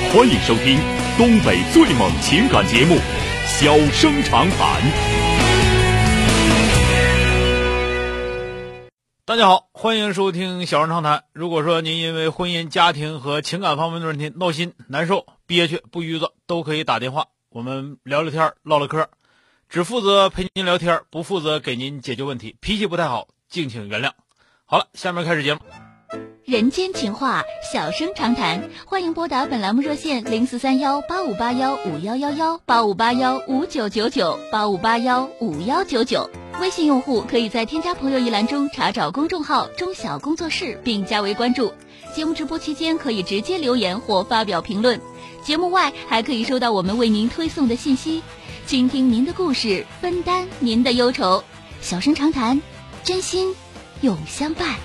欢迎收听东北最猛情感节目《小生长谈》。 大家好，欢迎收听《小生长谈》。如果说您因为婚姻、家庭和情感方面的问题闹心、难受、憋屈、不愉快，都可以打电话，我们聊聊天、唠唠嗑，只负责陪您聊天，不负责给您解决问题。脾气不太好，敬请原谅。好了，下面开始节目。 人间情话，小生长谈，欢迎拨打本栏目热线0431-8581-5111、8581-5999、8581-5199。微信用户可以在添加朋友一栏中查找公众号中小工作室并加为关注。节目直播期间可以直接留言或发表评论，节目外还可以收到我们为您推送的信息，倾听您的故事，分担您的忧愁。小生长谈，真心永相伴。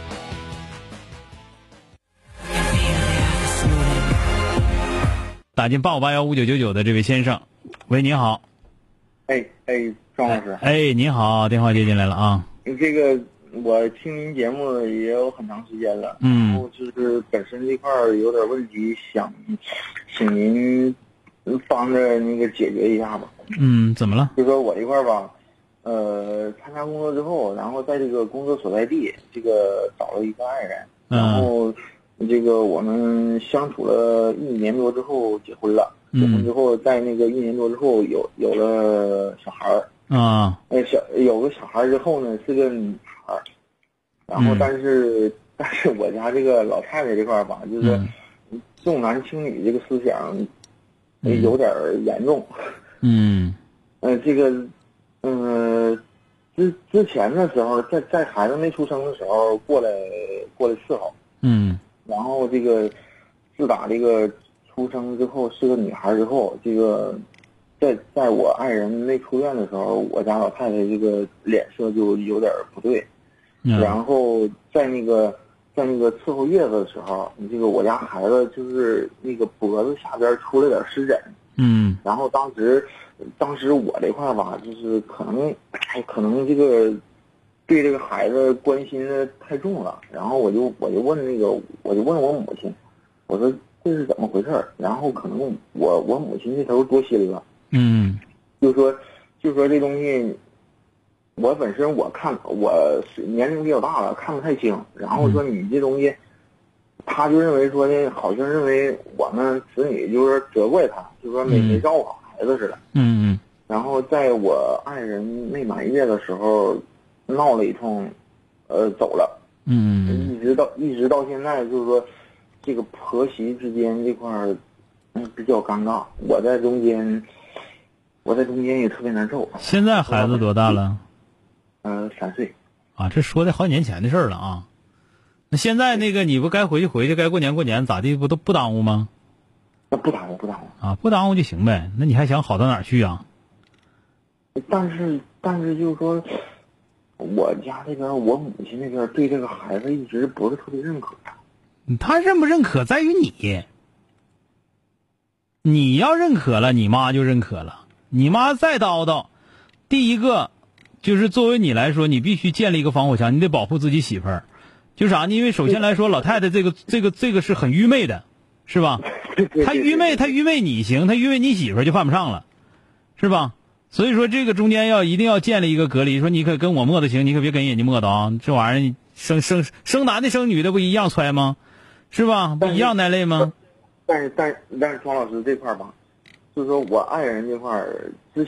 打进8581-5999的这位先生，喂，您好。 庄老师。 您好，电话接进来了啊。 这个我听您节目也有很长时间了，然后就是本身这块有点问题，想请您帮着那个解决一下吧。 怎么了？ 就说我这块吧，参加工作之后，然后在这个工作所在地，这个找了一个爱人，然后这个我们相处了1年多之后结婚了。结婚之后，在那个1年多之后有了小孩儿有个小孩之后呢，是个女孩，然后但是我家这个老太太这块吧，就是重男轻女这个思想有点严重。这个之前的时候，在孩子没出生的时候过来伺候，然后这个自打这个出生之后是个女孩之后，这个在我爱人没出院的时候，我家老太太这个脸色就有点不对，然后在那个伺候月子的时候，这个我家孩子就是那个脖子下边出了点湿疹，然后当时我这块吧，就是可能这个对这个孩子关心的太重了，然后我就问我母亲，我说这是怎么回事？然后可能我母亲这头多心了，就说这东西，我本身我年龄比较大了，看不太清，然后说你这东西，他就认为说呢，好像认为我们子女就是责怪他，就说没照顾好孩子似的，然后在我爱人没满月的时候闹了一通，走了，一直到现在，就是说这个婆媳之间这块比较尴尬，我在中间也特别难受。 现在孩子多大了 ？3岁。 啊，这说的好几年前的事了啊。那现在那个你不该回去，该过年咋地，都不耽误吗？ 那不耽误啊，不耽误就行呗。那你还想好到哪儿去啊？ 但是就是说，我家这边我母亲那边对这个孩子一直不是特别认可。 他认不认可在于你要认可了，你妈就认可了。你妈再叨叨，第一个就是作为你来说，你必须建立一个防火墙，你得保护自己媳妇儿。就啥呢？因为首先来说，老太太这个是很愚昧的，是吧？她愚昧你行，她愚昧你媳妇儿就犯不上了，是吧？所以说这个中间一定要建立一个隔离，说你可跟我磨的行，你可别跟人家磨的啊。这玩意儿生男的生女的不一样揣吗？是吧？不一样耐累吗？ 但是庄老师这块吧，就是说我爱人这块之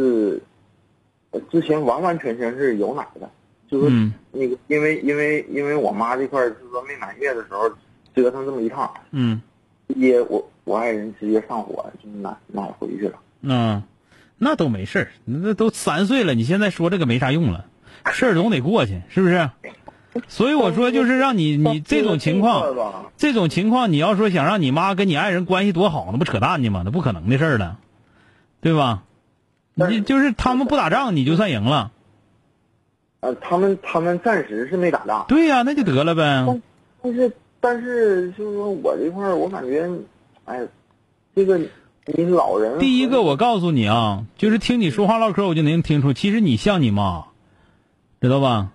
前完完全全是有奶的，就是说那个因为我妈这块就是说没满月的时候折腾这么一趟，直接我爱人直接上火，就是奶回去了。 那都没事儿，那都3岁了，你现在说这个没啥用了，事儿总得过去，是不是？所以我说就是让你这种情况，你要说想让你妈跟你爱人关系多好，那不扯淡呢吗？那不可能的事儿了，对吧？你就是他们不打仗，你就算赢了。 他们暂时是没打仗。 对呀，那就得了呗。 但是就是说我这块我感觉，这个你老人。 第一个我告诉你啊，就是听你说话唠嗑，我就能听出，其实你像你妈，知道吧？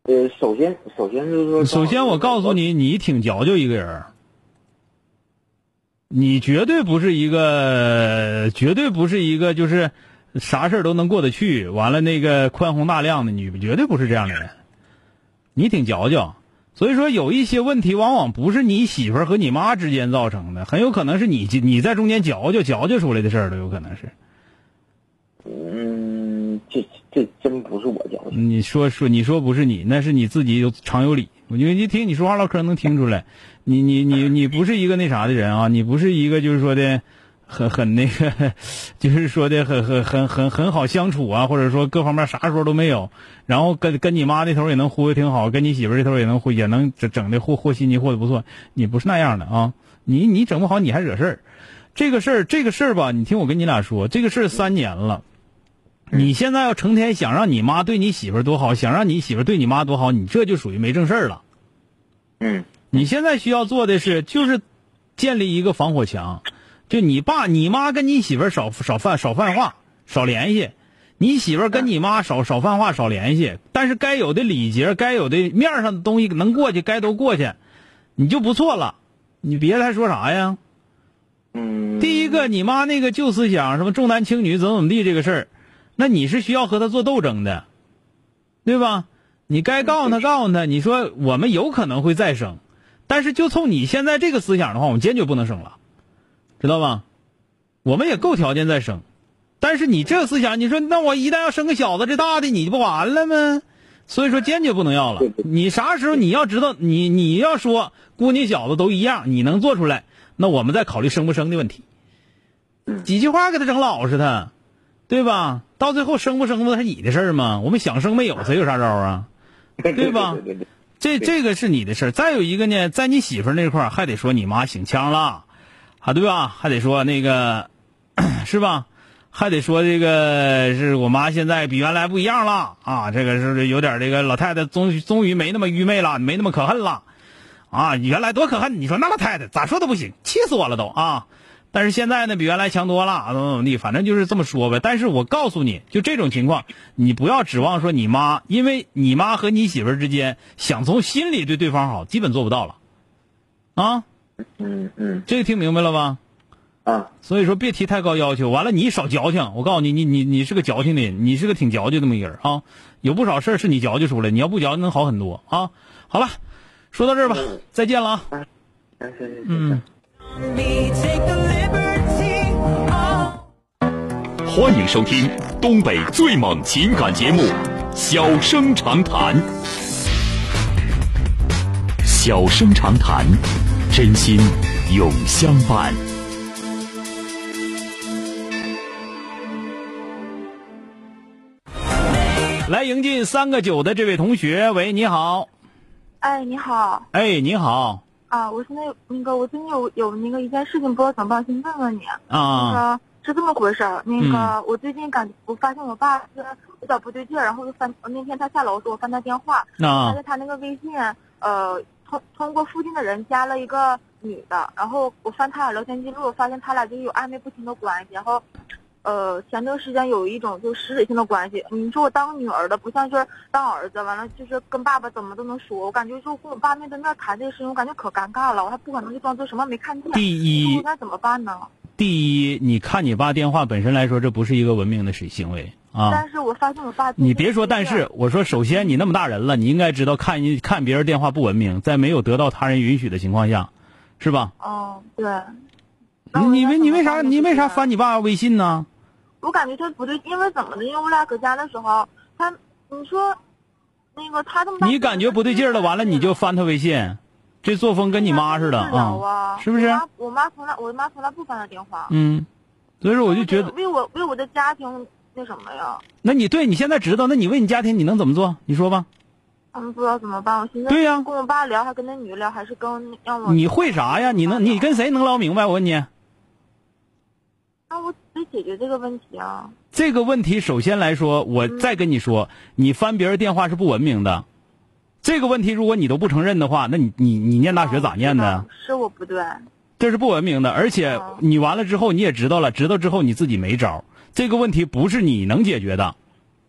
首先就是说， 首先我告诉你，你挺矫情一个人。 你绝对不是一个就是啥事儿都能过得去，完了那个宽宏大量的，你绝对不是这样的人。你挺矫情，所以说有一些问题往往不是你媳妇儿和你妈之间造成的，很有可能是你在中间矫情出来的事儿都有可能是。 这真不是我矫情。 你说不是你，那是你自己常有理。我觉得一听你说话唠嗑能听出来，你不是一个那啥的人啊，你不是一个就是说的很那个，就是说的很好相处啊，或者说各方面啥说都没有，然后跟你妈那头也能忽悠挺好，跟你媳妇这头也能整的和稀泥和的不错，你不是那样的啊，你整不好你还惹事儿。这个事儿吧，你听我跟你俩说，这个事儿3年了。你现在要成天想让你妈对你媳妇多好，想让你媳妇对你妈多好，你这就属于没正事儿了。你现在需要做的就是建立一个防火墙，就你爸你妈跟你媳妇少犯话，少联系，你媳妇跟你妈少犯话，少联系，但是该有的礼节，该有的面上的东西能过去，该都过去，你就不错了。你别的还说啥呀？第一个，你妈那个旧思想，什么重男轻女怎么地这个事儿，那你是需要和他做斗争的，对吧？你该告诉他，你说我们有可能会再生，但是就冲你现在这个思想的话，我们坚决不能生了，知道吧？我们也够条件再生，但是你这思想，你说那我一旦要生个小子这大的，你不完了吗？所以说坚决不能要了。你啥时候你要知道，你要说姑娘小子都一样，你能做出来，那我们再考虑生不生的问题。几句话给他整老实他，对吧？到最后生不生不是你的事儿吗？我们想生没有，谁有啥招啊？对吧？这个是你的事儿。再有一个呢，在你媳妇那块儿还得说你妈醒枪了，啊，对吧？还得说那个是吧？还得说这个是我妈现在比原来不一样了啊，这个是有点这个老太太终于没那么愚昧了，没那么可恨了啊，原来多可恨！你说那老太太咋说都不行，气死我了都啊！但是现在呢，比原来强多了，怎么地，反正就是这么说呗。但是我告诉你，就这种情况，你不要指望说你妈，因为你妈和你媳妇之间想从心里对对方好，基本做不到了，啊，这个听明白了吧？ 啊， 所以说别提太高要求，完了你少矫情。我告诉你，你是个矫情的人，你是个挺矫情这么一个人啊，有不少事儿是你矫情出来，你要不矫情能好很多啊。好了，说到这儿吧，再见了啊。 欢迎收听东北最猛情感节目《小生长谈》。小生长谈，真心永相伴。 来迎进3个9的这位同学，喂，你好。 哎，你好。 哎，你好。 啊，我现在我最近有那个一件事情，不知道怎么办，先问问你。 啊。 是这么回事儿。我最近我发现我爸是有点不对劲儿，然后那天他下楼说我翻他电话，发现他那个微信，通过附近的人加了一个女的，然后我翻他俩聊天记录，发现他俩就有暧昧不清的关系，然后。前段时间有一种就实质性的关系，你说我当女儿的不像是当儿子，完了就是跟爸爸怎么都能说，我感觉就跟我爸面对面谈这个事情，我感觉可尴尬了，我还不可能就装作什么没看见。 第一， 我该怎么办呢？ 第一，你看你爸电话本身来说，这不是一个文明的行为啊。 但是我发现我爸， 你别说，但是我说，首先你那么大人了，你应该知道看别人电话不文明，在没有得到他人允许的情况下，是吧？ 哦，对。 你为啥翻你爸微信呢？ 我感觉他不对，因为怎么的？因为我俩搁家的时候，你说，他这么大， 你感觉不对劲了，完了你就翻他微信，这作风跟你妈似的啊，是不是？ 我妈从来不翻他电话。 所以说我就觉得为我的家庭那什么呀？ 那你现在知道，那你为你家庭你能怎么做？你说吧。 不知道怎么办，我现在对呀， 跟我爸聊，还跟那女聊，还是跟让我？ 你会啥呀？你跟谁能聊明白？我问你。 那我得解决这个问题啊！ 这个问题首先来说，我再跟你说，你翻别人电话是不文明的。这个问题如果你都不承认的话，那你念大学咋念的？ 是我不对， 这是不文明的。而且你完了之后你也知道了，知道之后你自己没招，这个问题不是你能解决的。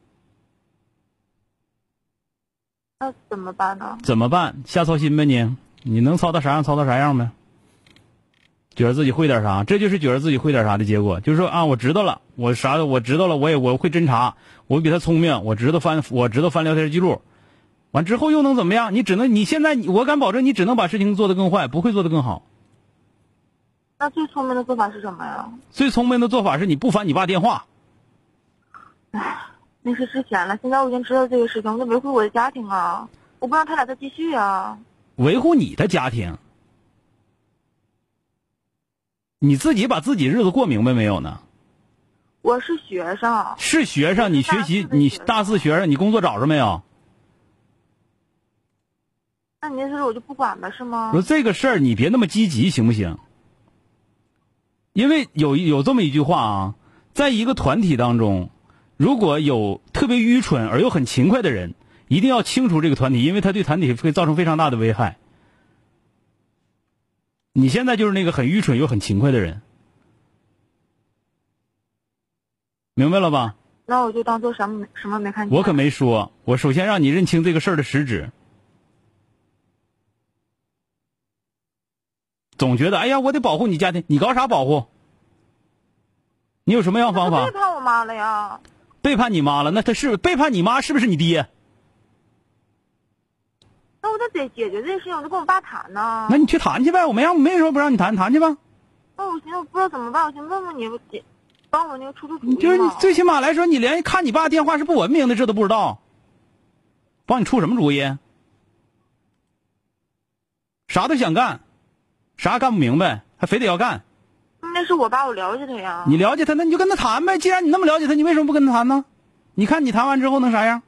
那怎么办呢？ 怎么办？瞎操心呗你能操到啥样操到啥样呗。 觉得自己会点啥，这就是觉得自己会点啥的结果。就是说啊，我知道了，我知道了，我会侦查，我比他聪明，我知道翻聊天记录，完之后又能怎么样？你现在我敢保证，你只能把事情做得更坏，不会做得更好。 那最聪明的做法是什么呀？ 最聪明的做法是你不翻你爸电话。 唉，那是之前了，现在我已经知道这个事情，我得维护我的家庭啊，我不让他俩再继续啊。 维护你的家庭？你自己把自己日子过明白没有呢？ 我是学生。 是学生，你学习，你大四学生，你工作找着没有？ 那你那时候我就不管了是吗？ 说这个事儿你别那么积极行不行？因为有这么一句话啊，在一个团体当中，如果有特别愚蠢而又很勤快的人，一定要清除这个团体，因为他对团体会造成非常大的危害。你现在就是那个很愚蠢又很勤快的人，明白了吧？ 那我就当做什么没看见。 我可没说，我首先让你认清这个事儿的实质。总觉得哎呀，我得保护你家庭，你搞啥保护？你有什么样方法？ 背叛我妈了呀！ 背叛你妈了？那他是背叛你妈，是不是你爹？ 那我得解决这个事情，我就跟我爸谈呢。 那你去谈去呗，我没说不让你谈，谈去吧。 那我寻思我不知道怎么办，我寻思问问你，帮我那个出主意。 就是你最起码来说，你连看你爸电话是不文明的，这都不知道，帮你出什么主意？啥都想干，啥干不明白，还非得要干。 那是我爸，我了解他呀。 你了解他，那你就跟他谈呗。既然你那么了解他，你为什么不跟他谈呢？你看你谈完之后能啥样？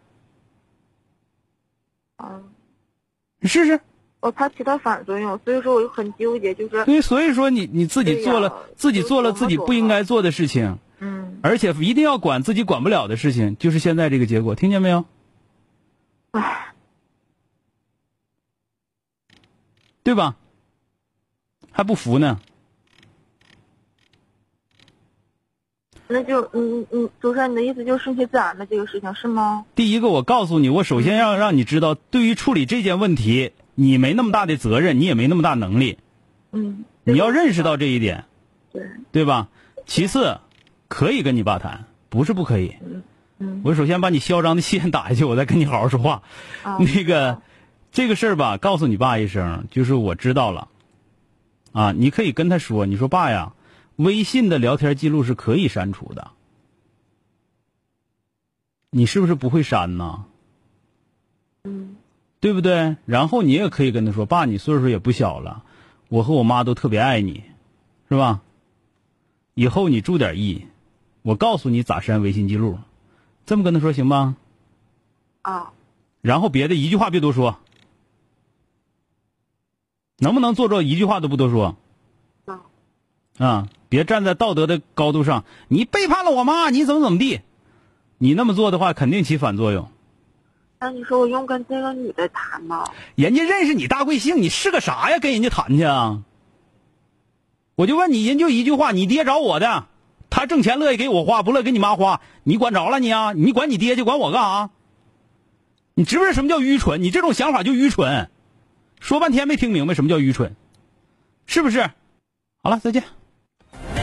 你试试。 我怕起到反作用，所以说我就很纠结，就是。 对，所以说你自己做了自己不应该做的事情，而且一定要管自己管不了的事情，就是现在这个结果，听见没有？ 唉， 对吧？还不服呢？ 那就主持人，你的意思就是顺其自然的这个事情是吗？ 第一个，我告诉你，我首先要让你知道，对于处理这件问题，你没那么大的责任，你也没那么大能力。你要认识到这一点，对吧？其次，可以跟你爸谈，不是不可以。我首先把你嚣张的线打下去，我再跟你好好说话。那个，这个事儿吧，告诉你爸一声，就是我知道了。啊，你可以跟他说，你说爸呀，微信的聊天记录是可以删除的。你是不是不会删呢？对不对？然后你也可以跟他说，爸，你岁数也不小了，我和我妈都特别爱你，是吧？以后你注点意，我告诉你咋删微信记录，这么跟他说行吧？然后别的一句话别多说，能不能做到一句话都不多说？别站在道德的高度上，你背叛了我妈，你怎么地？你那么做的话，肯定起反作用。 那你说我用跟这个女的谈吗？ 人家认识你大贵姓，你是个啥呀？跟人家谈去啊？我就问你，人就一句话，你爹找我的，他挣钱乐意给我花，不乐意给你妈花，你管着了你啊？你管你爹去，管我干啥？你知不知道什么叫愚蠢？你这种想法就愚蠢。说半天没听明白什么叫愚蠢，是不是？好了，再见。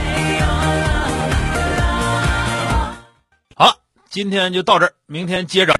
好了，今天就到这儿，明天接着。